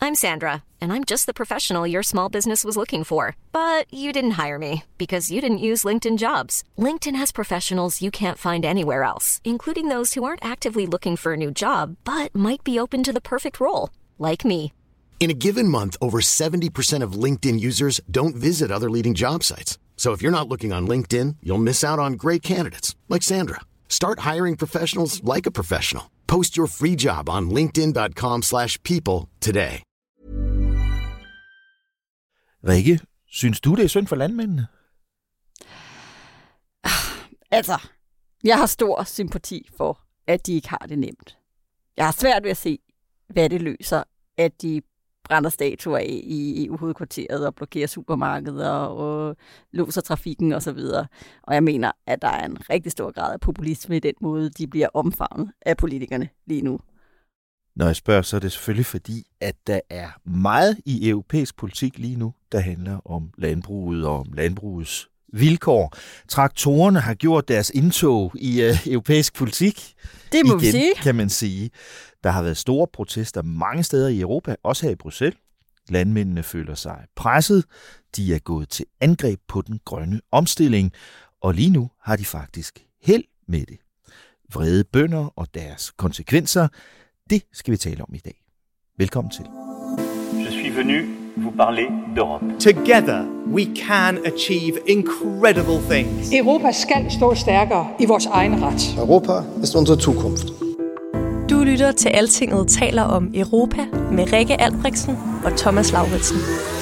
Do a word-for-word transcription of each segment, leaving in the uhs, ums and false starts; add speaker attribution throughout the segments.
Speaker 1: I'm Sandra, and I'm just the professional your small business was looking for. But you didn't hire me because you didn't use LinkedIn Jobs. LinkedIn has professionals you can't find anywhere else, including those who aren't actively looking for a new job, but might be open to the perfect role, like me.
Speaker 2: In a given month, over seventy percent of LinkedIn users don't visit other leading job sites. So if you're not looking on LinkedIn, you'll miss out on great candidates like Sandra. Start hiring professionals like a professional. Post your free job on linkedin dot com slash people today.
Speaker 3: Rikke, synes du, det er synd for landmændene?
Speaker 4: Altså, jeg har stor sympati for, at de ikke har det nemt. Jeg har svært ved at se, hvad det løser, at de brænder statuer af i E U-hovedkvarteret og blokerer supermarkeder og låser trafikken osv. Og jeg mener, at der er en rigtig stor grad af populisme i den måde, de bliver omfavnet af politikerne lige nu.
Speaker 3: Når jeg spørger, så er det selvfølgelig fordi, at der er meget i europæisk politik lige nu, der handler om landbruget og om landbrugets vilkår. Traktorerne har gjort deres indtog i uh, europæisk politik.
Speaker 4: Det må
Speaker 3: igen,
Speaker 4: vi sige.
Speaker 3: Kan man sige. Der har været store protester mange steder i Europa, også her i Bruxelles. Landmændene føler sig presset. De er gået til angreb på den grønne omstilling, og lige nu har de faktisk held med det. Vrede bønder og deres konsekvenser, det skal vi tale om i dag. Velkommen til.
Speaker 5: Je suis venu vous parler d'Europe.
Speaker 6: Together we can achieve incredible things.
Speaker 7: Europa skal stå stærkere i vores egen ret.
Speaker 8: Europa ist unsere Zukunft.
Speaker 9: Du lytter til Altinget taler om Europa med Rikke Albrechtsen og Thomas Lauritsen.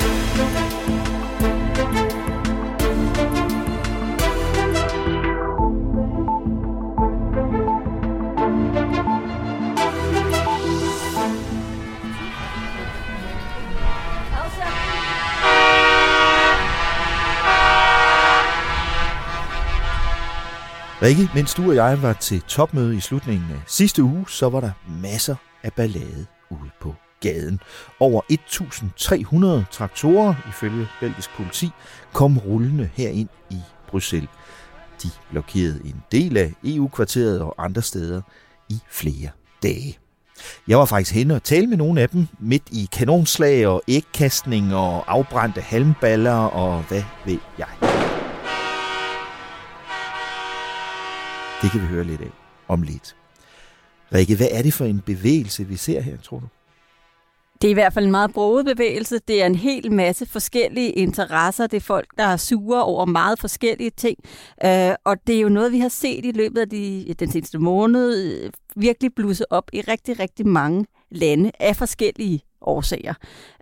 Speaker 3: Rikke, mens du og jeg var til topmøde i slutningen af sidste uge, så var der masser af ballade ude på gaden. Over et tusind tre hundrede traktorer, ifølge belgisk politi, kom rullende herind i Bruxelles. De blokerede en del af E U-kvarteret og andre steder i flere dage. Jeg var faktisk henne og tale med nogle af dem midt i kanonslag og ægkastning og afbrændte halmballer og hvad ved jeg. Det kan vi høre lidt af om lidt. Rikke, hvad er det for en bevægelse, vi ser her, tror du?
Speaker 4: Det er i hvert fald en meget broget bevægelse. Det er en hel masse forskellige interesser. Det er folk, der er sure over meget forskellige ting. Øh, og det er jo noget, vi har set i løbet af de, den seneste måned virkelig blusse op i rigtig, rigtig mange lande af forskellige årsager.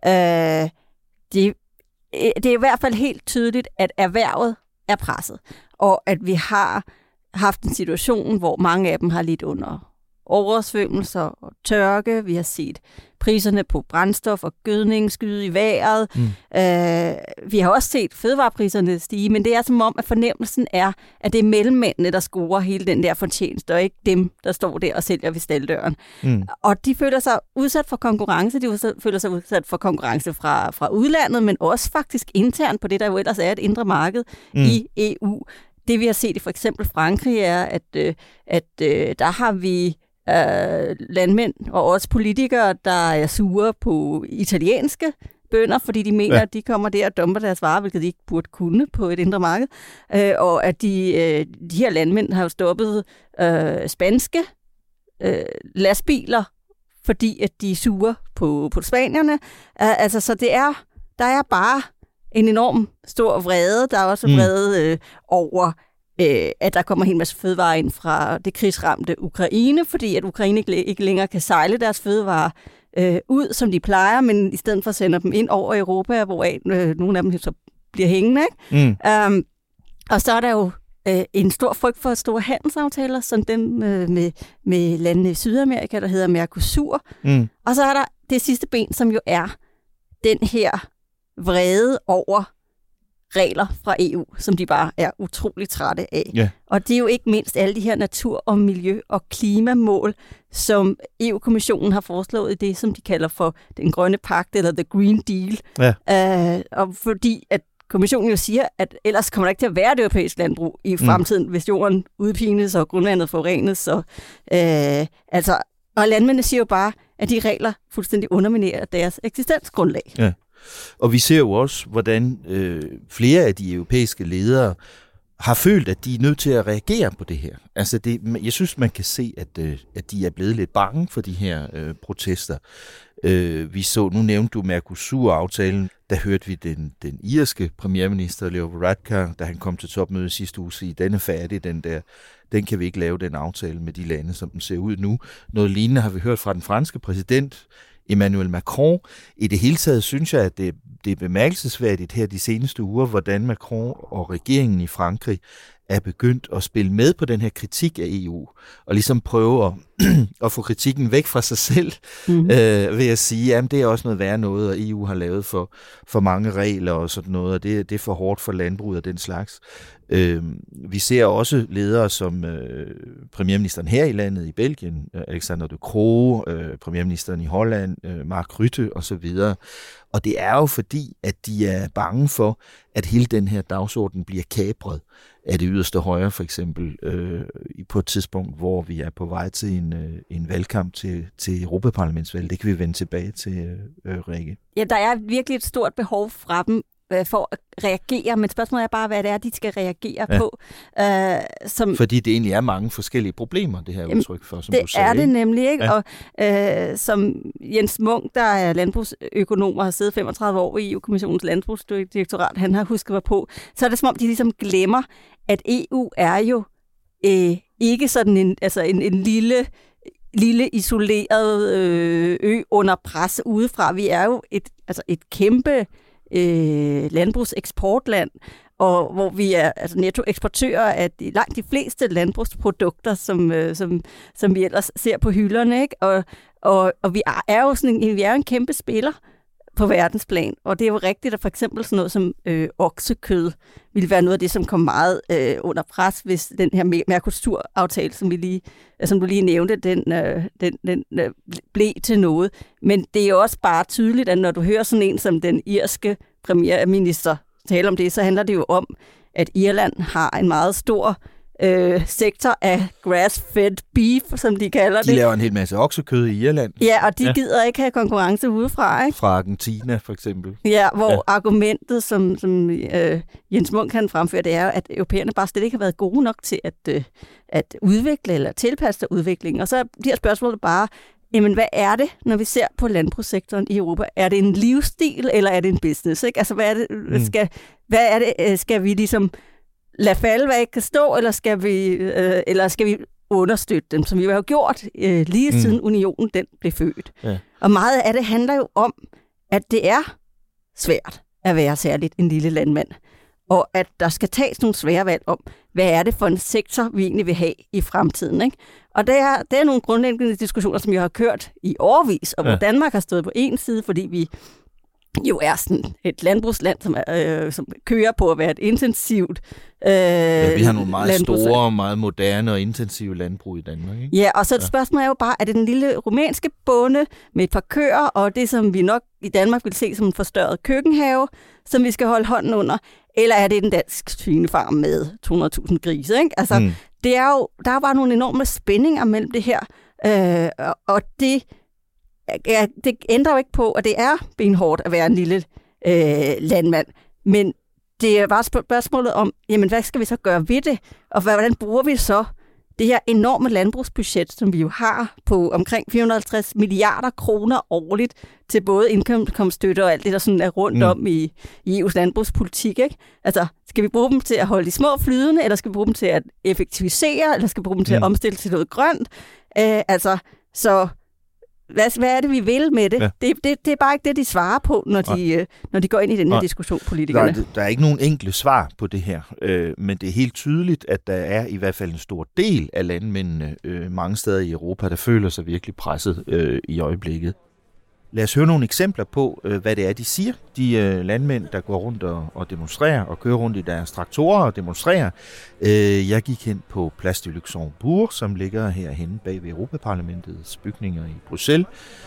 Speaker 4: Øh, det, det er i hvert fald helt tydeligt, at erhvervet er presset. Og at vi har haft en situation, hvor mange af dem har lidt under oversvømmelser og tørke. Vi har set priserne på brændstof og gødning skyde i vejret. Mm. Øh, vi har også set fødevarepriserne stige, men det er som om, at fornemmelsen er, at det er mellemmændene, der scorer hele den der fortjeneste, og ikke dem, der står der og sælger ved staldøren. Mm. Og de føler sig udsat for konkurrence. De føler sig udsat for konkurrence fra, fra udlandet, men også faktisk internt på det, der jo ellers er et indre marked mm. i E U. Det vi har set i for eksempel Frankrig er, at, øh, at øh, der har vi øh, landmænd og også politikere, der er sure på italienske bønder, fordi de mener, ja. at de kommer der og dumper deres varer, hvilket de ikke burde kunne på et indre marked. Øh, og at de, øh, de her landmænd har jo stoppet øh, spanske øh, lastbiler, fordi at de er sure på, på spanierne. Uh, altså, så det er, der er bare en enorm stor vrede. Der er også vrede øh, over, øh, at der kommer en hel masse fødevarer ind fra det krigsramte Ukraine, fordi at Ukraine ikke, ikke længere kan sejle deres fødevarer øh, ud, som de plejer, men i stedet for sender dem ind over Europa, hvor øh, nogle af dem så bliver hængende. Ikke? Mm. Um, og så er der jo øh, en stor frygt for store handelsaftaler, som dem øh, med, med landene i Sydamerika, der hedder Mercosur. Mm. Og så er der det sidste ben, som jo er den her vrede over regler fra E U, som de bare er utrolig trætte af. Yeah. Og det er jo ikke mindst alle de her natur- og miljø- og klimamål, som E U-kommissionen har foreslået i det, som de kalder for den grønne pagt, eller the Green Deal. Yeah. Uh, og fordi at kommissionen jo siger, at ellers kommer der ikke til at være et europæisk landbrug i fremtiden, mm. hvis jorden udpines og grundvandet forurenes. Og, uh, altså, og landmændene siger jo bare, at de regler fuldstændig underminerer deres eksistensgrundlag.
Speaker 3: Ja. Og vi ser jo også, hvordan øh, flere af de europæiske ledere har følt, at de er nødt til at reagere på det her. Altså det, jeg synes, man kan se, at, øh, at de er blevet lidt bange for de her øh, protester. Øh, vi så, nu nævnte du Mercosur-aftalen, der hørte vi den, den irske premierminister Leo Varadkar, da han kom til topmøde sidste uge, sige, den er færdig, den der, den kan vi ikke lave den aftale med de lande, som den ser ud nu. Noget lignende har vi hørt fra den franske præsident, Emmanuel Macron. I det hele taget synes jeg, at det, det er bemærkelsesværdigt her de seneste uger, hvordan Macron og regeringen i Frankrig er begyndt at spille med på den her kritik af E U, og ligesom prøve at, at få kritikken væk fra sig selv, mm-hmm. øh, ved at sige, at det er også noget værre noget, og E U har lavet for, for mange regler og sådan noget, og det, det er for hårdt for landbruget og den slags. Øh, vi ser også ledere som øh, premierministeren her i landet, i Belgien, øh, Alexander De Croo, øh, premierministeren i Holland, øh, Mark Rutte osv., og det er jo fordi, at de er bange for, at hele den her dagsorden bliver kapret af det yderste højre, for eksempel, øh, på et tidspunkt, hvor vi er på vej til en, øh, en valgkamp til, til Europaparlamentsvalg. Det kan vi vende tilbage til, øh, Rikke.
Speaker 4: Ja, der er virkelig et stort behov fra dem øh, for at reagere, men spørgsmålet er bare, hvad det er, de skal reagere ja. på. Øh, som,
Speaker 3: Fordi det egentlig er mange forskellige problemer, det her udtryk for, som
Speaker 4: det
Speaker 3: du sagde.
Speaker 4: Det er det nemlig, ikke?
Speaker 3: Ja.
Speaker 4: Og øh, som Jens Munk, der er landbrugsøkonom og har siddet femogtredive år i E U-kommissionens landbrugsdirektorat, han har husket mig på, så er det som om, de ligesom glemmer, at E U er jo øh, ikke sådan en, altså en, en lille, lille isoleret øh, ø under pres udefra. Vi er jo et, altså et kæmpe øh, landbrugseksportland, og hvor vi er altså nettoeksportører af de, langt de fleste landbrugsprodukter, som, øh, som, som vi ellers ser på hylderne, ikke? Og, og, og vi er, er jo sådan en, vi er jo en kæmpe spiller på verdensplan, og det er jo rigtigt, at for eksempel sådan noget som øh, oksekød ville være noget af det, som kom meget øh, under pres, hvis den her Mercosur-aftale, som, vi lige, som du lige nævnte, den, øh, den, den øh, blev til noget. Men det er jo også bare tydeligt, at når du hører sådan en som den irske premierminister tale om det, så handler det jo om, at Irland har en meget stor øh, sektor af grass-fed beef, som de kalder
Speaker 3: de
Speaker 4: det.
Speaker 3: De laver en hel masse oksekød i Irland.
Speaker 4: Ja, og de ja. gider ikke have konkurrence udefra, ikke?
Speaker 3: Fra Argentina, for eksempel.
Speaker 4: Ja, hvor ja. argumentet, som, som øh, Jens Munk kan fremføre, det er, at europæerne bare slet ikke har været gode nok til at, øh, at udvikle eller tilpasse udviklingen. Og så bliver spørgsmålet bare, jamen hvad er det, når vi ser på landbrugssektoren i Europa? Er det en livsstil, eller er det en business? Ikke? Altså, hvad er det, mm. skal, hvad er det, skal vi ligesom lade falde, hvad ikke kan stå, eller skal vi, øh, eller skal vi understøtte dem, som vi har gjort øh, lige siden mm. unionen den blev født. Ja. Og meget af det handler jo om, at det er svært at være særligt en lille landmand, og at der skal tages nogle svære valg om, hvad er det for en sektor, vi egentlig vil have i fremtiden. Ikke? Og det er, det er nogle grundlæggende diskussioner, som jeg har kørt i årevis, og hvor ja. Danmark har stået på en side, fordi vi jo er sådan et landbrugsland, som, er, øh, som kører på at være et intensivt øh,
Speaker 3: ja, vi har nogle meget store, meget moderne og intensive landbrug i Danmark. Ikke?
Speaker 4: Ja, og så et ja. spørgsmål er jo bare, er det den lille rumænske bonde med et par køer, og det, som vi nok i Danmark vil se som en forstørret køkkenhave, som vi skal holde hånden under, eller er det den dansk svinefarm med to hundrede tusind grise? Ikke? Altså, mm. det er jo, der er jo bare nogle enorme spændinger mellem det her, øh, og, og det Ja, det ændrer jo ikke på, at det er benhårdt at være en lille øh, landmand. Men det er bare spørgsmålet om, jamen hvad skal vi så gøre ved det? Og hvordan bruger vi så det her enorme landbrugsbudget, som vi jo har på omkring fire hundrede og halvtreds milliarder kroner årligt til både indkomststøtte og alt det, der sådan er rundt mm. om i, i E U's landbrugspolitik. Ikke? Altså, skal vi bruge dem til at holde de små flydende, eller skal vi bruge dem til at effektivisere, eller skal vi bruge dem til mm. at omstille til noget grønt? Øh, altså, så... Hvad, hvad er det, vi vil med det? Ja. Det, det? Det er bare ikke det, de svarer på, når de, når de går ind i den her Nej. diskussion, politikerne.
Speaker 3: Der, der er ikke nogen enkle svar på det her, øh, men det er helt tydeligt, at der er i hvert fald en stor del af landmændene øh, mange steder i Europa, der føler sig virkelig presset øh, i øjeblikket. Lad os høre nogle eksempler på, øh, hvad det er, de siger. De øh, landmænd, der går rundt og, og demonstrerer og kører rundt i deres traktorer og demonstrerer. Øh, jeg gik hen på Place du Luxembourg, som ligger herhenne bag ved Europaparlamentets bygninger i Bruxelles.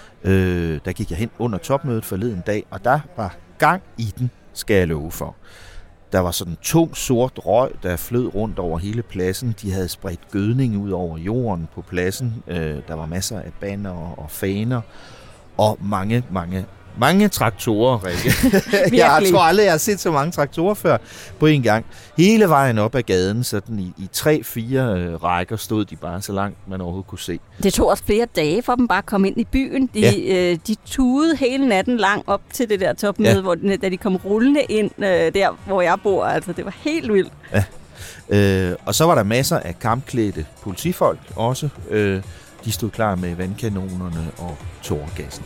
Speaker 3: Øh, der gik jeg hen under topmødet forleden dag, og der var gang i den, skal jeg love for. Der var sådan tung sort røg, der flød rundt over hele pladsen. De havde spredt gødning ud over jorden på pladsen. Der var masser af banner og faner og mange, mange, mange traktorer, Rikke. Jeg tror aldrig, jeg har set så mange traktorer før på en gang. Hele vejen op ad gaden, sådan i, i tre-fire øh, rækker, stod de bare så langt, man overhovedet kunne se.
Speaker 4: Det tog også flere dage for dem bare at komme ind i byen. De, ja. øh, de tudede hele natten lang op til det der topmøde, ja. hvor, da de kom rullende ind øh, der, hvor jeg bor. Altså, det var helt vildt.
Speaker 3: Ja. Øh, og så var der masser af kampklædte politifolk også. Øh, de stod klar med vandkanonerne og tåregassen.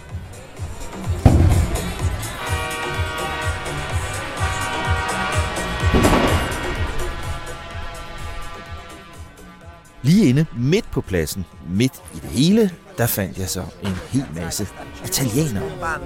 Speaker 3: Lige inde midt på pladsen, midt i det hele, der fandt jeg så en hel masse italienere.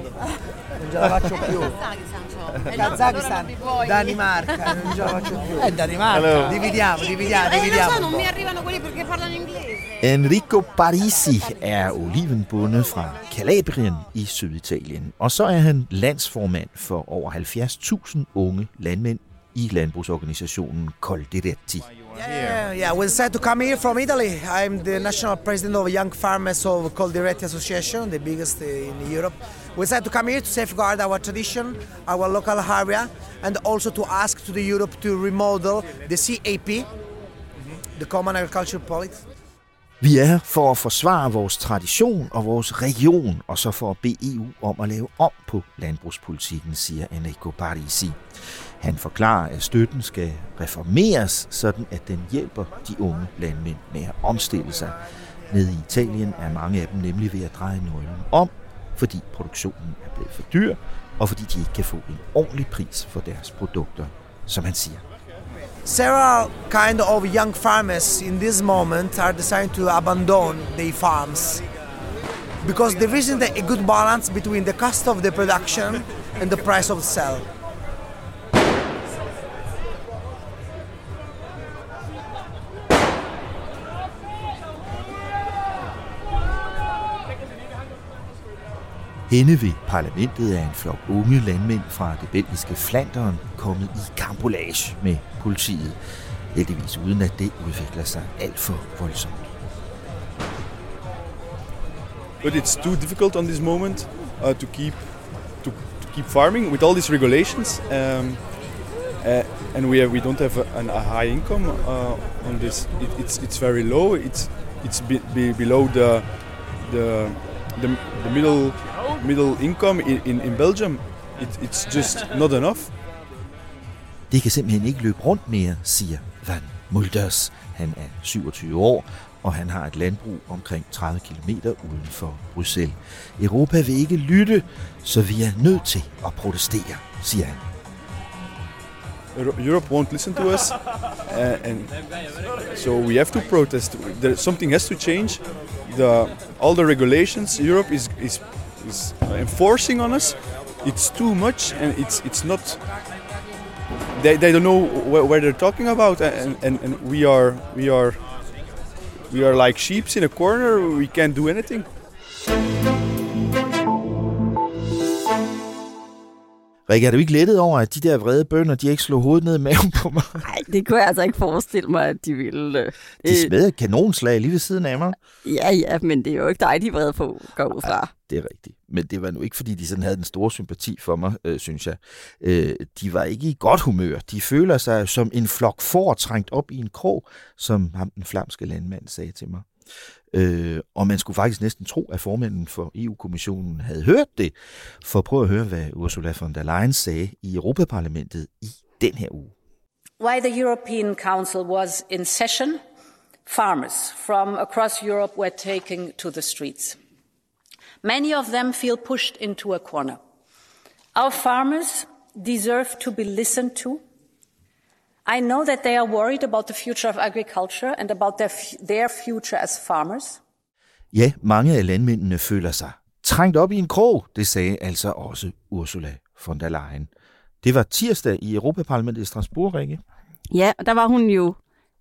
Speaker 10: Kazakhstan, Danimarca, non ce la faccio più. Danimarca. Dividiamo, dividiamo, dividiamo. Non mi arrivano quelli perché parlano inglese.
Speaker 3: Enrico Parisi er olivenbonde fra Calabrien i Syditalien, og så er han landsformand for over halvfjerds tusind unge landmænd i landbrugsorganisationen Coldiretti.
Speaker 10: Yeah, yeah. We decided to come here from Italy. I'm the national president of Young Farmers of Coldiretti Association, the biggest in Europe. We decided to come here to safeguard our tradition, our local area, and also to ask to the Europe to remodel the C A P, the Common Agricultural Policy.
Speaker 3: Vi er her for at forsvare vores tradition og vores region, og så for at bede E U om at lave om på landbrugspolitikken, siger Enrico Parisi. Han forklarer, at støtten skal reformeres, sådan at den hjælper de unge landmænd med at omstille sig. Nede i Italien er mange af dem nemlig ved at dreje nøglen om, fordi produktionen er blevet for dyr, og fordi de ikke kan få en ordentlig pris for deres produkter, som han siger.
Speaker 10: Several kind of young farmers in this moment are deciding to abandon their farms because there isn't a good balance between the cost of the production and the price of the sale.
Speaker 3: Henne ved parlamentet er en flok unge landmænd fra det belgiske Flandern kommet i karambolage med politiet. Heldigvis uden at det udvikler sig alt for voldsomt.
Speaker 11: But it's too difficult on this moment uh, to keep to, to keep farming with all these regulations, um, uh, and we have, we don't have a, a high income uh, on this. It, it's it's very low. It's it's be, be below the the the, the middle. middle income in, in, in Belgium. It, it's just not enough.
Speaker 3: Det kan simpelthen ikke løbe rundt mere, siger Van Mulders. Han er syvogtyve år, og han har et landbrug omkring tredive kilometer uden for Bruxelles. Europa vil ikke lytte, så vi er nødt til at protestere, siger han.
Speaker 11: Europe won't listen to us, uh, and so we have to protest. There, something has to change. The, all the regulations Europe is is is enforcing on us, it's too much, and it's it's not. They they don't know wh- where they're talking about, and, and and we are we are we are like sheep in a corner. We can't do anything.
Speaker 3: Rikke, er du ikke lettet over, at de der vrede bønder, de ikke slog hovedet ned i maven på mig?
Speaker 4: Nej, det kunne jeg altså ikke forestille mig, at de ville.
Speaker 3: De smed et kanonslag lige ved siden af mig.
Speaker 4: Ja, ja, men det er jo ikke dig, de er vrede på, går ud fra.
Speaker 3: Ja, det er rigtigt. Men det var nu ikke, fordi de sådan havde den store sympati for mig, øh, synes jeg. Øh, de var ikke i godt humør. De føler sig som en flok får trængt op i en krog, som ham den flamske landmand sagde til mig. Øh, og man skulle faktisk næsten tro, at formanden for E U-kommissionen havde hørt det, for at prøve at høre, hvad Ursula von der Leyen sagde i Europaparlamentet i den her uge.
Speaker 12: While the European Council was in session, farmers from across Europe were taking to the streets. Many of them feel pushed into a corner. Our farmers deserve to be listened to. I know that they are worried about the future of agriculture and about their, their future as farmers.
Speaker 3: Ja, mange af landmændene føler sig trængt op i en krog, det sagde altså også Ursula von der Leyen. Det var tirsdag i Europaparlamentet i Strasbourg, Rikke.
Speaker 4: Ja, og der var hun jo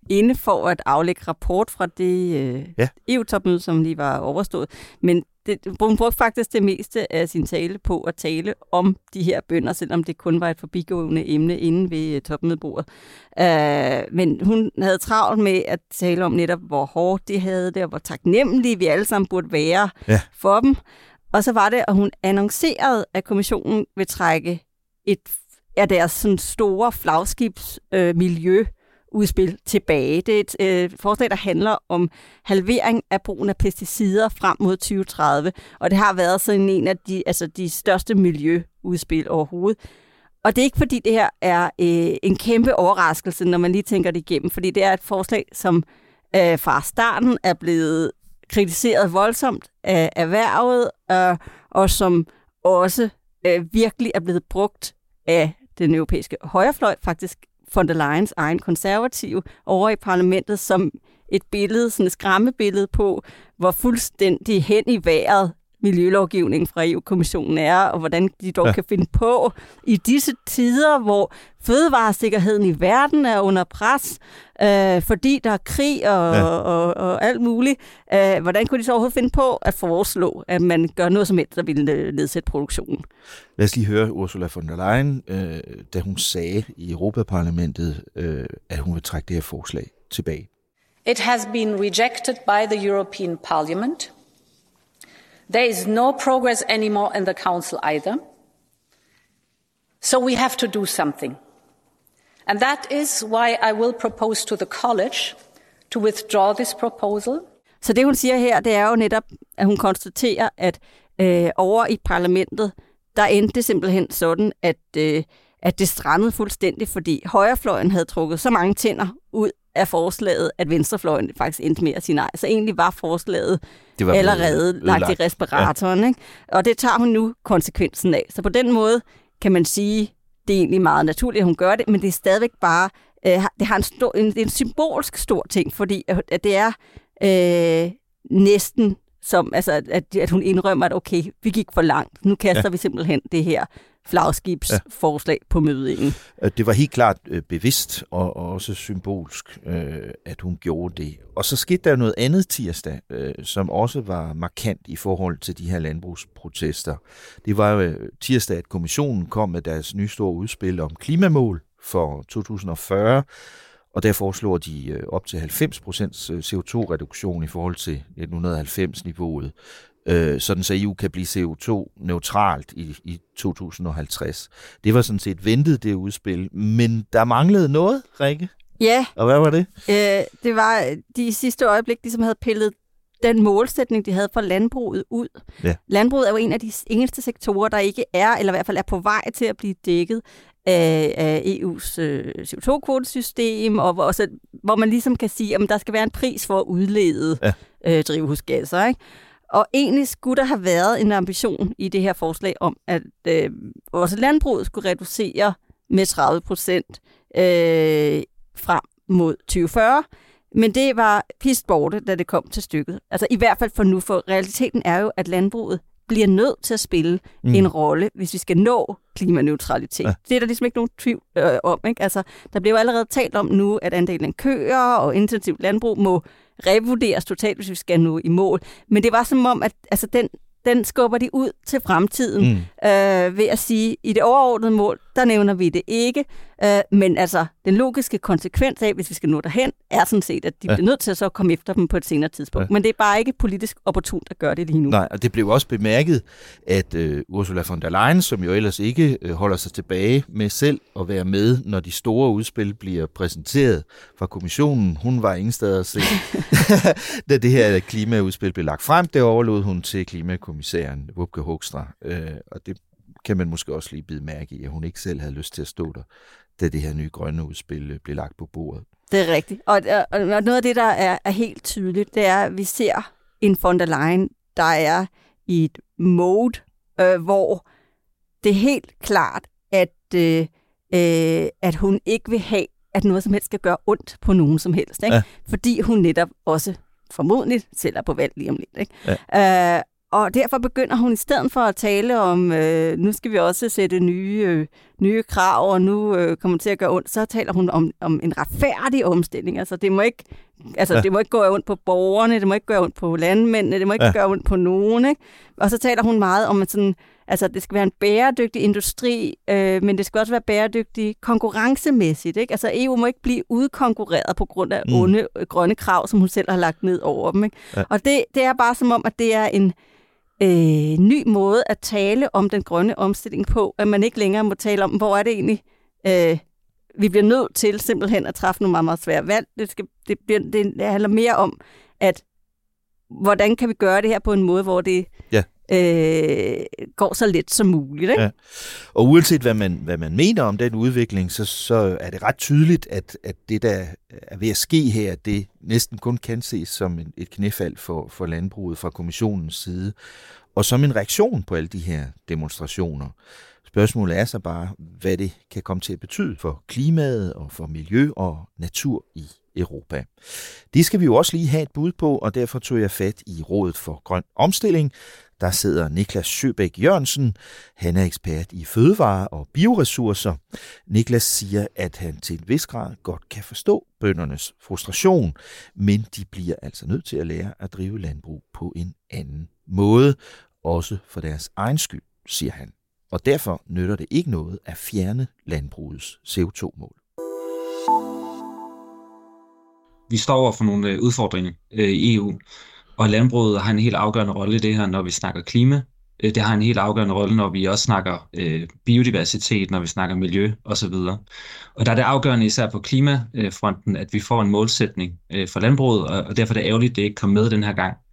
Speaker 4: inde for at aflægge rapport fra det øh,
Speaker 3: ja.
Speaker 4: E U-topmøde, som lige var overstået. Men det, hun brugte faktisk det meste af sin tale på at tale om de her bønder, selvom det kun var et forbigående emne inde ved topmødebordet. Uh, men hun havde travlt med at tale om netop, hvor hårdt de havde det, og hvor taknemmelige vi alle sammen burde være
Speaker 3: ja.
Speaker 4: for dem. Og så var det, at hun annoncerede, at kommissionen vil trække et af deres sådan store flagskibsmiljø øh, udspil tilbage. Det er et øh, forslag, der handler om halvering af brugen af pesticider frem mod tyve tredive, og det har været sådan en af de, altså de største miljøudspil overhovedet. Og det er ikke, fordi det her er øh, en kæmpe overraskelse, når man lige tænker det igennem, fordi det er et forslag, som øh, fra starten er blevet kritiseret voldsomt af erhvervet, øh, og som også øh, virkelig er blevet brugt af den europæiske højrefløj, faktisk von der Leyens egen konservative, over i parlamentet som et billede, sådan et skræmmebillede på, hvor fuldstændig hen i vejret miljølovgivningen fra E U-kommissionen er, og hvordan de dog ja. kan finde på i disse tider, hvor fødevaresikkerheden i verden er under pres, øh, fordi der er krig og, ja. og, og, og alt muligt. Øh, hvordan kunne de så overhovedet finde på at foreslå, at man gør noget som helst, der ville nedsætte produktionen?
Speaker 3: Lad os lige høre Ursula von der Leyen, øh, da hun sagde i Europaparlamentet, øh, at hun vil trække det her forslag tilbage.
Speaker 12: It has been rejected by the European Parliament. There is no progress anymore in the Council either. So we have to do something. And that is why I will propose to the College to withdraw this proposal.
Speaker 4: Så det, hun siger her, det er jo netop, at hun konstaterer, at øh, over i parlamentet, der endte det simpelthen sådan, at, øh, at det strandede fuldstændig, fordi højrefløjen havde trukket så mange tænder ud af forslaget, at venstrefløjen faktisk endte med at sige nej. Så egentlig var forslaget var allerede lagt i respiratoren. Ja. Ikke? Og det tager hun nu konsekvensen af. Så på den måde kan man sige, det er egentlig meget naturligt, at hun gør det, men det er stadigvæk bare, øh, det har en, stor, en, en symbolsk stor ting, fordi at det er øh, næsten som, altså, at, at hun indrømmer, at okay, vi gik for langt. Nu kaster ja. vi simpelthen det her flagskibsforslag ja. på mødingen.
Speaker 3: Det var helt klart øh, bevidst og, og også symbolsk, øh, at hun gjorde det. Og så skete der noget andet tirsdag, øh, som også var markant i forhold til de her landbrugsprotester. Det var jo tirsdag, at kommissionen kom med deres nye store udspil om klimamål for to tusind og fyrre, og der foreslår de øh, op til halvfems procent C O to reduktion i forhold til nitten halvfems-niveauet. Sådan så E U kan blive C O to neutralt i, i to tusind og halvtreds. Det var sådan set ventet, det udspil, men der manglede noget, Rikke.
Speaker 4: Ja.
Speaker 3: Og hvad var det?
Speaker 4: Øh, det var de sidste øjeblik, de som havde pillet den målsætning, de havde for landbruget ud. Ja. Landbruget er jo en af de eneste sektorer, der ikke er, eller i hvert fald er på vej til at blive dækket af, af E U's øh, C O to kvotesystem, og hvor, også, hvor man ligesom kan sige, at der skal være en pris for at udlede ja. øh, drivhusgasser, ikke? Og egentlig skulle der have været en ambition i det her forslag om, at øh, vores landbrug skulle reducere med tredive procent øh, frem mod tyve fyrre. Men det var pist borte, da det kom til stykket. Altså i hvert fald for nu, for realiteten er jo, at landbruget bliver nødt til at spille mm. en rolle, hvis vi skal nå klimaneutralitet. Ja. Det er der ligesom ikke nogen tvivl øh, om. Ikke? Altså, der bliver jo allerede talt om nu, at andelen af køer og intensivt landbrug må revurderes totalt, hvis vi skal nå i mål. Men det var som om, at altså, den, den skubber de ud til fremtiden mm. øh, ved at sige, i det overordnede mål, der nævner vi det ikke. Øh, men altså, den logiske konsekvens af, hvis vi skal nå derhen, er sådan set, at de ja. bliver nødt til at så komme efter dem på et senere tidspunkt. Ja. Men det er bare ikke politisk opportunt at gøre det lige nu.
Speaker 3: Nej, og det blev også bemærket, at øh, Ursula von der Leyen, som jo ellers ikke øh, holder sig tilbage med selv at være med, når de store udspil bliver præsenteret fra kommissionen, hun var ingen steder at se. Da det her klimaudspil blev lagt frem, det overlod hun til klimakommissæren Wopke Hoekstra, øh, og det kan man måske også lige bide mærke i, at hun ikke selv havde lyst til at stå der, da det her nye grønne udspil blev lagt på bordet.
Speaker 4: Det er rigtigt. Og, og noget af det, der er, er helt tydeligt, det er, at vi ser en von der Leyen, der er i et mode, øh, hvor det er helt klart, at, øh, at hun ikke vil have, at noget som helst skal gøre ondt på nogen som helst. Ikke? Ja. Fordi hun netop også formodentlig selv er på valg lige om lidt. Ikke? Ja. Øh, og derfor begynder hun i stedet for at tale om, øh, nu skal vi også sætte nye, øh, nye krav, og nu øh, kommer det til at gøre ondt, så taler hun om, om en retfærdig omstilling. Altså det må ikke, altså, ja. det må ikke gå ondt på borgerne, det må ikke gøre ondt på landmændene, det må ikke ja. gøre ondt på nogen. Ikke? Og så taler hun meget om, at sådan, altså, det skal være en bæredygtig industri, øh, men det skal også være bæredygtig konkurrencemæssigt. Ikke? Altså E U må ikke blive udkonkurreret på grund af mm. onde grønne krav, som hun selv har lagt ned over dem. Ikke? Ja. Og det, det er bare som om, at det er en øh, ny måde at tale om den grønne omstilling på, at man ikke længere må tale om, hvor er det egentlig, øh, vi bliver nødt til simpelthen at træffe nogle meget, meget svære valg. Det, skal, det, bliver, det handler mere om, at hvordan kan vi gøre det her på en måde, hvor det ja. øh, går så let som muligt. Ikke?
Speaker 3: Ja. Og uanset hvad man, hvad man mener om den udvikling, så, så er det ret tydeligt, at, at det, der er ved at ske her, det næsten kun kan ses som en, et knæfald for, for landbruget fra kommissionens side, og som en reaktion på alle de her demonstrationer. Spørgsmålet er så bare, hvad det kan komme til at betyde for klimaet og for miljø og natur i Europa. Det skal vi jo også lige have et bud på, og derfor tog jeg fat i Rådet for Grøn Omstilling. Der sidder Niklas Sjøbæk Jørgensen. Han er ekspert i fødevarer og bioressourcer. Niklas siger, at han til en vis grad godt kan forstå bøndernes frustration, men de bliver altså nødt til at lære at drive landbrug på en anden måde, også for deres egen skyld, siger han. Og derfor nytter det ikke noget at fjerne landbrugets C O to mål.
Speaker 13: Vi står over for nogle udfordringer øh, i E U, og landbruget har en helt afgørende rolle i det her, når vi snakker klima. Det har en helt afgørende rolle, når vi også snakker øh, biodiversitet, når vi snakker miljø osv. Og der er det afgørende især på klimafronten, at vi får en målsætning øh, for landbruget, og, og derfor er det ærgerligt, at det ikke kom med den her gang.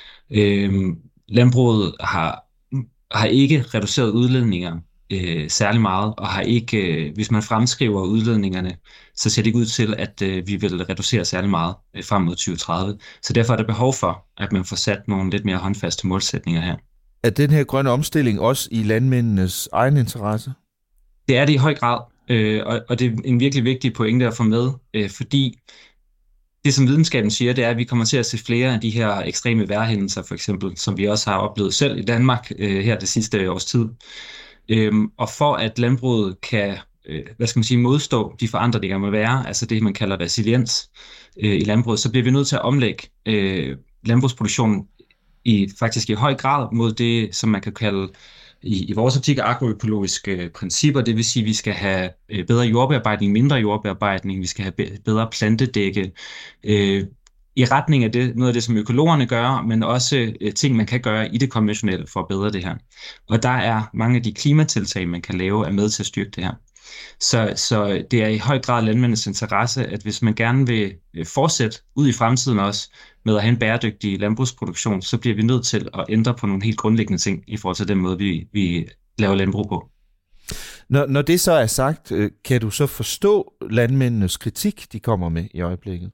Speaker 13: Øh, landbruget har, har ikke reduceret udledninger Øh, særlig meget, og har ikke, øh, hvis man fremskriver udledningerne, så ser det ikke ud til, at øh, vi vil reducere særlig meget øh, frem mod tyve tredive. Så derfor er der behov for, at man får sat nogle lidt mere håndfaste målsætninger her.
Speaker 3: Er den her grønne omstilling også i landmændenes egen interesse?
Speaker 13: Det er det i høj grad, øh, og, og det er en virkelig vigtig pointe at få med, øh, fordi det, som videnskaben siger, det er, at vi kommer til at se flere af de her ekstreme vejrhændelser, for eksempel, som vi også har oplevet selv i Danmark øh, her det sidste års tid. Øhm, og for at landbruget kan øh, hvad skal man sige, modstå de forandringer, der må være, altså det, man kalder resiliens øh, i landbruget, så bliver vi nødt til at omlægge øh, landbrugsproduktionen i, faktisk i høj grad mod det, som man kan kalde i, i vores optik agroøkologiske principper. Det vil sige, at vi skal have øh, bedre jordbearbejdning, mindre jordbearbejdning, vi skal have bedre plantedække, øh, i retning af det, noget af det, som økologerne gør, men også øh, ting, man kan gøre i det konventionelle for at bedre det her. Og der er mange af de klimatiltag, man kan lave, er med til at styrke det her. Så, så det er i høj grad landmændenes interesse, at hvis man gerne vil fortsætte ud i fremtiden også med at have en bæredygtig landbrugsproduktion, så bliver vi nødt til at ændre på nogle helt grundlæggende ting i forhold til den måde, vi, vi laver landbrug på.
Speaker 3: Når, når det så er sagt, kan du så forstå landmændenes kritik, de kommer med i øjeblikket?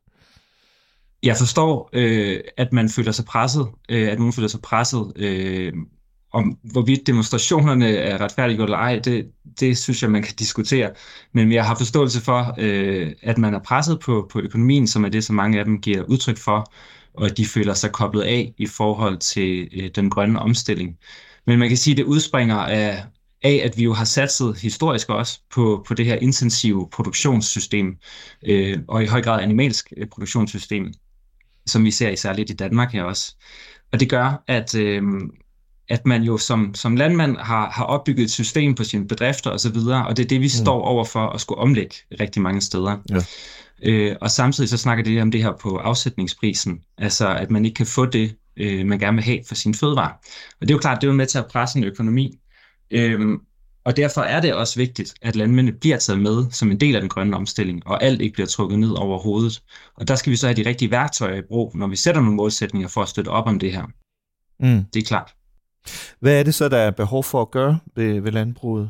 Speaker 13: Jeg forstår, øh, at man føler sig presset, øh, at nogen føler sig presset, øh, om hvorvidt demonstrationerne er retfærdige eller ej, det, det synes jeg, man kan diskutere. Men jeg har forståelse for, øh, at man er presset på, på økonomien, som er det, som mange af dem giver udtryk for, og at de føler sig koblet af i forhold til øh, den grønne omstilling. Men man kan sige, at det udspringer af, af, at vi jo har satset historisk også på, på det her intensive produktionssystem, øh, og i høj grad animalsk øh, produktionssystem, som vi ser især lidt i Danmark her også. Og det gør, at, øh, at man jo som, som landmand har, har opbygget et system på sine bedrifter osv., og, og det er det, vi mm. står over for at skulle omlægge rigtig mange steder. Ja. Øh, og samtidig så snakker det om det her på afsætningsprisen, altså at man ikke kan få det, øh, man gerne vil have for sine fødevarer. Og det er jo klart, det er jo med til at presse en økonomi. Øh, Og derfor er det også vigtigt, at landmændene bliver taget med som en del af den grønne omstilling, og alt ikke bliver trukket ned over hovedet. Og der skal vi så have de rigtige værktøjer i brug, når vi sætter nogle målsætninger for at støtte op om det her. Mm. Det er klart.
Speaker 3: Hvad er det så, der er behov for at gøre ved, ved landbruget?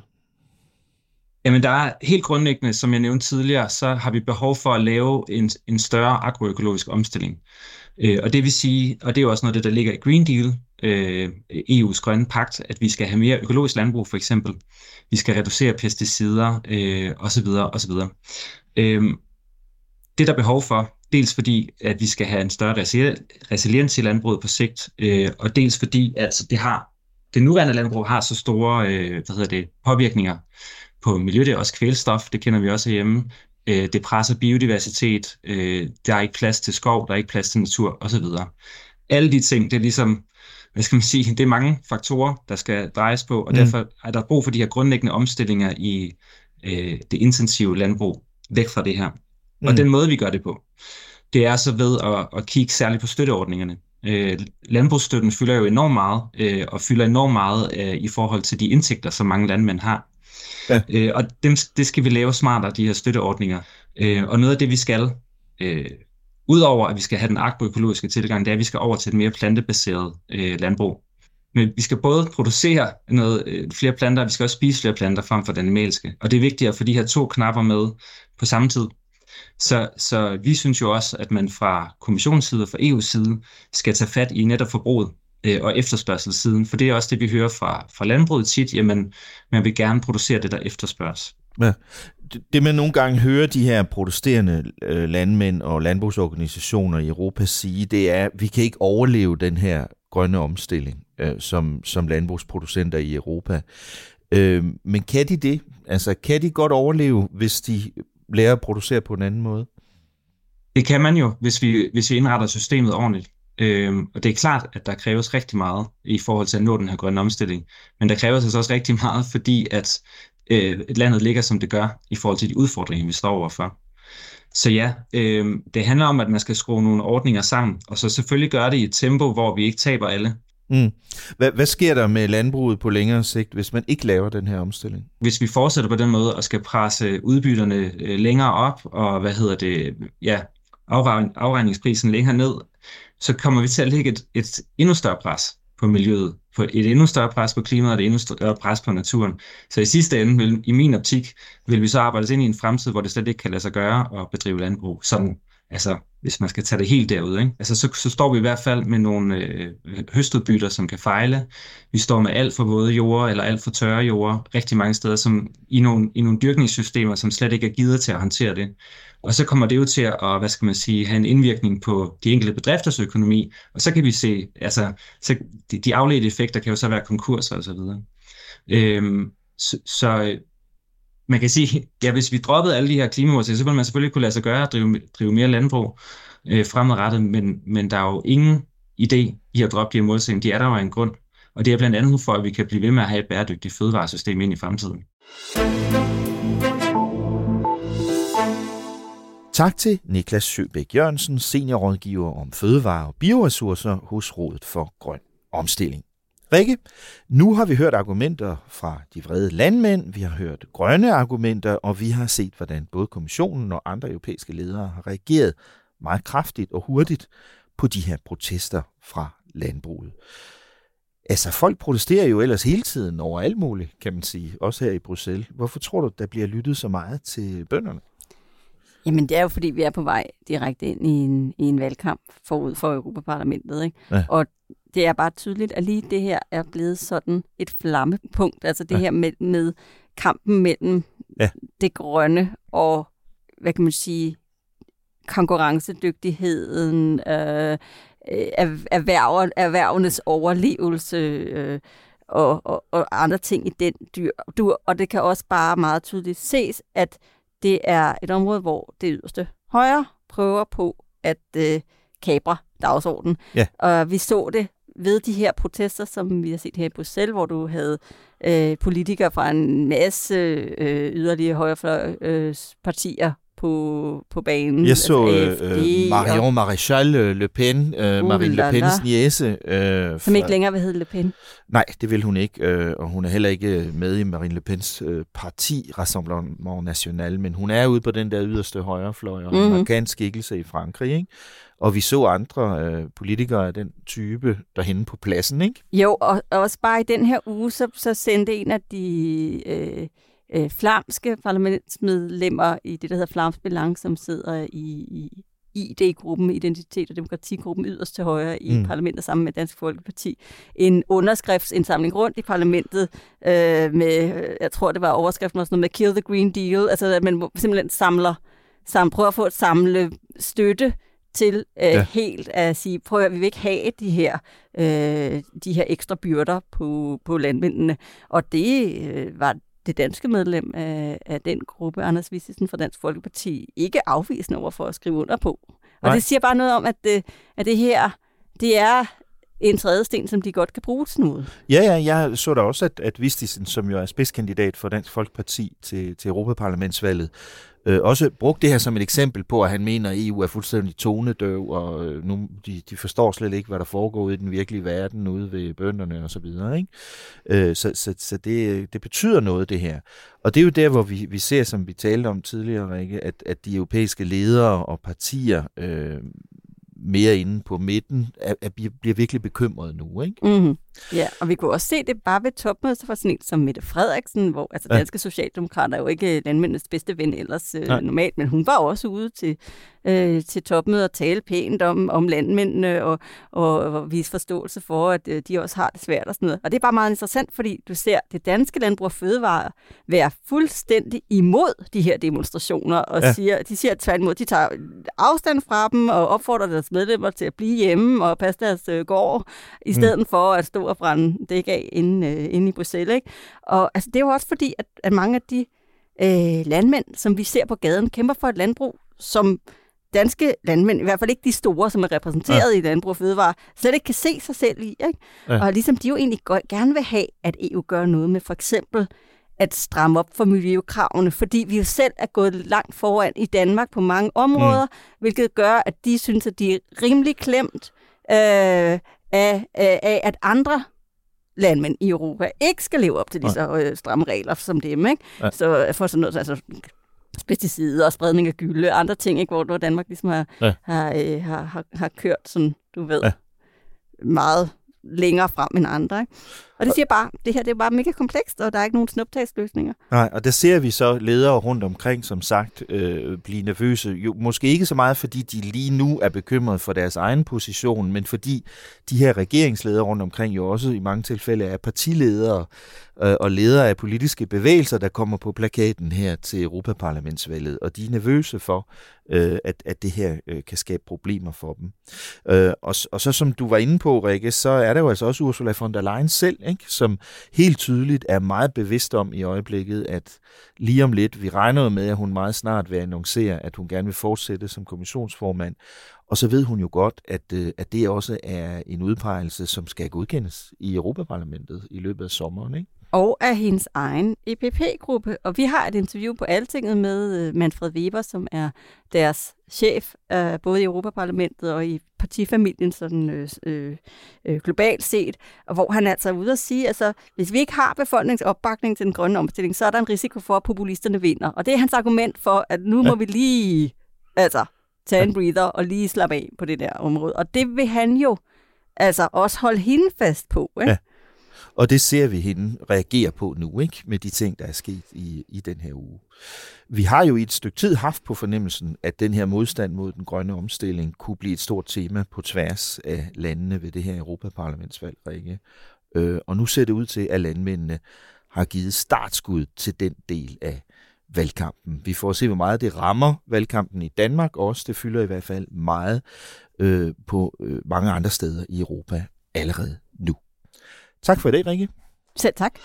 Speaker 13: Jamen der er helt grundlæggende, som jeg nævnte tidligere, så har vi behov for at lave en, en større agroøkologisk omstilling. Øh, og det vil sige, og det er jo også noget af det, der ligger i Green Deal, øh, E U's grønne pagt, at vi skal have mere økologisk landbrug for eksempel. Vi skal reducere pesticider øh, osv. osv. Øh, det der er behov for, dels fordi, at vi skal have en større resiliens i landbruget på sigt, øh, og dels fordi, at det har det nuværende landbrug har så store øh, hvad hedder det, påvirkninger på miljø, det er også kvælstof, det kender vi også hjemme. Øh, det presser biodiversitet, øh, der er ikke plads til skov, der er ikke plads til natur osv. Alle de ting, det er ligesom, hvad skal man sige, det er mange faktorer, der skal drejes på, og mm. derfor er der brug for de her grundlæggende omstillinger i øh, det intensive landbrug væk fra det her. Mm. Og den måde, vi gør det på, det er så ved at, at kigge særligt på støtteordningerne. Øh, landbrugsstøtten fylder jo enormt meget, øh, og fylder enormt meget øh, i forhold til de indtægter, som mange landmænd har. Ja. Øh, og dem, det skal vi lave smartere, de her støtteordninger. Øh, og noget af det, vi skal, øh, udover at vi skal have den agroøkologiske tilgang, det er, at vi skal over til et mere plantebaseret øh, landbrug. Men vi skal både producere noget, øh, flere planter, og vi skal også spise flere planter frem for den animalske. Og det er vigtigt at få de her to knapper med på samme tid. Så, så vi synes jo også, at man fra kommissionens side og fra E U's side skal tage fat i netop forbruget øh, og efterspørgselssiden, for det er også det, vi hører fra, fra landbruget tit, jamen man vil gerne producere det, der efterspørges.
Speaker 3: Ja. Det man nogle gange hører de her protesterende øh, landmænd og landbrugsorganisationer i Europa sige, det er, at vi kan ikke overleve den her grønne omstilling øh, som, som landbrugsproducenter i Europa. Øh, men kan de det? Altså kan de godt overleve, hvis de lære at producere på en anden måde?
Speaker 13: Det kan man jo, hvis vi, hvis vi indretter systemet ordentligt. Øhm, og det er klart, at der kræves rigtig meget i forhold til at nå den her grønne omstilling. Men der kræves altså også rigtig meget, fordi at øh, landet ligger, som det gør, i forhold til de udfordringer, vi står overfor. Så ja, øh, det handler om, at man skal skrue nogle ordninger sammen, og så selvfølgelig gøre det i et tempo, hvor vi ikke taber alle.
Speaker 3: Mm. Hvad, hvad sker der med landbruget på længere sigt, hvis man ikke laver den her omstilling?
Speaker 13: Hvis vi fortsætter på den måde og skal presse udbytterne øh, længere op, og hvad hedder det, ja, afregn, afregningsprisen længere ned, så kommer vi til at lægge et, et endnu større pres på miljøet, på et endnu større pres på klimaet og et endnu større pres på naturen. Så i sidste ende, vil, i min optik, vil vi så arbejde ind i en fremtid, hvor det slet ikke kan lade sig gøre at bedrive landbrug. Sådan, altså, hvis man skal tage det helt derud, ikke? Altså, så, så står vi i hvert fald med nogle øh, høstudbytter, som kan fejle. Vi står med alt for våde jorder eller alt for tørre jorder rigtig mange steder, som i nogle, i nogle dyrkningssystemer, som slet ikke er givet til at håndtere det. Og så kommer det jo til at, hvad skal man sige, have en indvirkning på de enkelte bedrifters økonomi, og så kan vi se, altså, så de, de afledte effekter kan jo så være konkurser og så videre. Øhm, så, så man kan sige, ja, hvis vi droppede alle de her klimamål, så ville man selvfølgelig kunne lade sig gøre at drive, drive mere landbrug øh, fremadrettet, men, men der er jo ingen idé i at droppe de her målsætninger. De er der jo af en grund, og det er blandt andet for, at vi kan blive ved med at have et bæredygtigt fødevaresystem ind i fremtiden.
Speaker 3: Tak til Niklas Søbæk Jørgensen, seniorrådgiver om fødevare og bioressourcer hos Rådet for Grøn Omstilling. Rikke, nu har vi hørt argumenter fra de vrede landmænd, vi har hørt grønne argumenter, og vi har set, hvordan både kommissionen og andre europæiske ledere har reageret meget kraftigt og hurtigt på de her protester fra landbruget. Altså, folk protesterer jo ellers hele tiden over alt muligt, kan man sige, også her i Bruxelles. Hvorfor tror du, der bliver lyttet så meget til bønderne?
Speaker 4: Jamen, det er jo fordi, vi er på vej direkte ind i en, i en valgkamp forud for Europaparlamentet, ikke? Ja. Og det er bare tydeligt, at lige det her er blevet sådan et flammepunkt. Altså det ja. her med, med kampen mellem ja. det grønne og, hvad kan man sige, konkurrencedygtigheden, øh, erhverv, erhvervenes overlevelse øh, og, og, og andre ting i den dyr. Og det kan også bare meget tydeligt ses, at det er et område, hvor det yderste højre prøver på at øh, kapre dagsordenen. Ja. Og vi så det ved de her protester, som vi har set her i Bruxelles, hvor du havde øh, politikere fra en masse øh, yderligere højrefløj øh, partier på, på banen.
Speaker 3: Jeg så øh, Marion Maréchal Le Pen, øh, uh, Marine Le Pens niece. Øh,
Speaker 4: som ikke længere vil hedde Le Pen.
Speaker 3: Nej, det vil hun ikke, øh, og hun er heller ikke med i Marine Le Pens øh, parti, Rassemblement National, men hun er ude på den der yderste højrefløj, og mm-hmm. en markant skikkelse i Frankrig, ikke? Og vi så andre øh, politikere af den type derhenne på pladsen, ikke? Jo,
Speaker 4: og, og også bare i den her uge, så, så sendte en af de øh, øh, flamske parlamentsmedlemmer i det, der hedder Flams Belang, som sidder i, i I D-gruppen, Identitet- og Demokratigruppen, yderst til højre i mm. parlamentet sammen med Dansk Folkeparti, en underskriftsindsamling rundt i parlamentet øh, med, jeg tror det var overskriften også noget med Kill the Green Deal, altså at man simpelthen samler samt prøve at få et samle støtte til øh,
Speaker 3: Ja.
Speaker 4: helt at sige, prøv at vi vil ikke have de her, øh, de her ekstra byrder på, på landmændene. Og det øh, var det danske medlem af, af den gruppe, Anders Vistisen fra Dansk Folkeparti, ikke afvisende over for at skrive under på. Og
Speaker 3: Nej.
Speaker 4: det siger bare noget om, at det, at det her, det er en trædesten, som de godt kan bruge til noget.
Speaker 3: Ja, ja, jeg så da også, at, at Vistisen, som jo er spidskandidat for Dansk Folkeparti til, til Europaparlamentsvalget, øh, også brugte det her som et eksempel på, at han mener, at E U er fuldstændig tonedøv, og øh, nu, de, de forstår slet ikke, hvad der foregår ude i den virkelige verden, ude ved bønderne og så videre. Ikke? Øh, så så, så det, det betyder noget, det her. Og det er jo der, hvor vi, vi ser, som vi talte om tidligere, Rikke, at, at de europæiske ledere og partier øh, mere inde på midten, er, er, bliver virkelig bekymret nu, ikke?
Speaker 4: Mm-hmm. Ja, og vi kunne også se det bare ved topmødet for sådan en som Mette Frederiksen, hvor altså
Speaker 3: Ja.
Speaker 4: danske socialdemokrater er jo ikke landmændenes bedste ven ellers øh,
Speaker 3: Nej.
Speaker 4: normalt, men hun var også ude til, øh, til topmødet og tale pænt om, om landmændene og, og, og vise forståelse for, at øh, de også har det svært og sådan noget. Og det er bare meget interessant, fordi du ser det danske Landbrug og Fødevare være fuldstændig imod de her demonstrationer, og
Speaker 3: Ja.
Speaker 4: siger, de siger tværtimod, de tager afstand fra dem og opfordrer deres medlemmer til at blive hjemme og passe deres øh, gård, i stedet mm. for at stå og brænde dæk af inde, øh, inde i Bruxelles. Ikke? Og altså, det er jo også fordi, at, at mange af de øh, landmænd, som vi ser på gaden, kæmper for et landbrug, som danske landmænd, i hvert fald ikke de store, som er repræsenteret ja. i Landbrug og Fødevare, slet ikke kan se sig selv i. Ikke?
Speaker 3: Ja.
Speaker 4: Og ligesom de jo egentlig gerne vil have, at E U gør noget med for eksempel at stramme op for miljøkravene, fordi vi jo selv er gået langt foran i Danmark på mange områder, mm. hvilket gør, at de synes, at de er rimelig klemt øh, af, af, af, at andre landmænd i Europa ikke skal leve op til de så øh, stramme regler som dem. Ikke?
Speaker 3: Ja.
Speaker 4: Så for sådan noget, altså pesticider og spredning af gylde og andre ting, ikke? Hvor, hvor Danmark ligesom har,
Speaker 3: ja.
Speaker 4: har, øh, har, har, har kørt sådan, du ved,
Speaker 3: ja.
Speaker 4: meget længere frem end andre. Ikke? Og det siger bare, det her det er bare mega komplekst, og der er ikke nogen snuptagsløsninger.
Speaker 3: Nej, og der ser vi så ledere rundt omkring, som sagt, øh, blive nervøse. Jo, måske ikke så meget, fordi de lige nu er bekymrede for deres egen position, men fordi de her regeringsledere rundt omkring jo også i mange tilfælde er partiledere øh, og ledere af politiske bevægelser, der kommer på plakaten her til Europaparlamentsvalget, og de er nervøse for, øh, at, at det her øh, kan skabe problemer for dem. Øh, og, og så som du var inde på, Rikke, så er der jo altså også Ursula von der Leyen selv, ikke? Som helt tydeligt er meget bevidst om i øjeblikket, at lige om lidt, vi regner med, at hun meget snart vil annoncere, at hun gerne vil fortsætte som kommissionsformand. Og så ved hun jo godt, at, at det også er en udpegelse, som skal godkendes i Europaparlamentet i løbet af sommeren, ikke?
Speaker 4: Og af hendes egen E P P-gruppe. Og vi har et interview på Altinget med Manfred Weber, som er deres chef, øh, både i Europaparlamentet og i partifamilien sådan, øh, øh, globalt set, og hvor han altså er ude at sige, altså hvis vi ikke har befolkningsopbakning til den grønne omstilling, så er der en risiko for, at populisterne vinder. Og det er hans argument for, at nu må ja. vi lige altså, tage en breather og lige slappe af på det der område. Og det vil han jo altså også holde hende fast på, ikke?
Speaker 3: Ja. Og det ser vi hende reagere på nu, ikke? Med de ting, der er sket i, i den her uge. Vi har jo i et stykke tid haft på fornemmelsen, at den her modstand mod den grønne omstilling kunne blive et stort tema på tværs af landene ved det her Europaparlamentsvalg, Rikke. Øh, og nu ser det ud til, at landmændene har givet startskud til den del af valgkampen. Vi får se, hvor meget det rammer valgkampen i Danmark også. Det fylder i hvert fald meget øh, på øh, mange andre steder i Europa allerede nu. Tak for i dag, Rikke.
Speaker 4: Selv tak.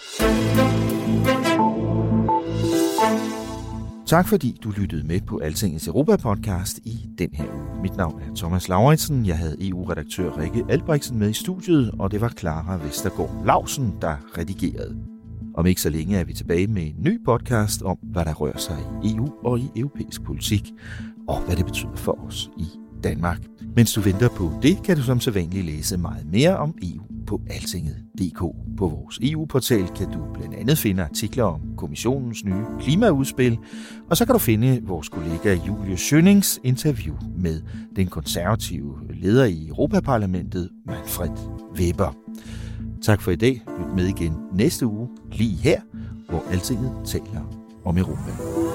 Speaker 3: Tak fordi du lyttede med på Altingets Europa-podcast i den her uge. Mit navn er Thomas Lauritsen. Jeg havde E U-redaktør Rikke Albrechtsen med i studiet, og det var Clara Vestergaard Lausen, der redigerede. Om ikke så længe er vi tilbage med en ny podcast om, hvad der rører sig i E U og i europæisk politik, og hvad det betyder for os i Danmark. Mens du venter på det, kan du som sædvanligt læse meget mere om E U på altinget punktum d k. På vores E U-portal kan du blandt andet finde artikler om kommissionens nye klimaudspil, og så kan du finde vores kollega Julie Schønnings interview med den konservative leder i Europaparlamentet, Manfred Weber. Tak for i dag. Lyt med igen næste uge, lige her, hvor Altinget taler om Europa.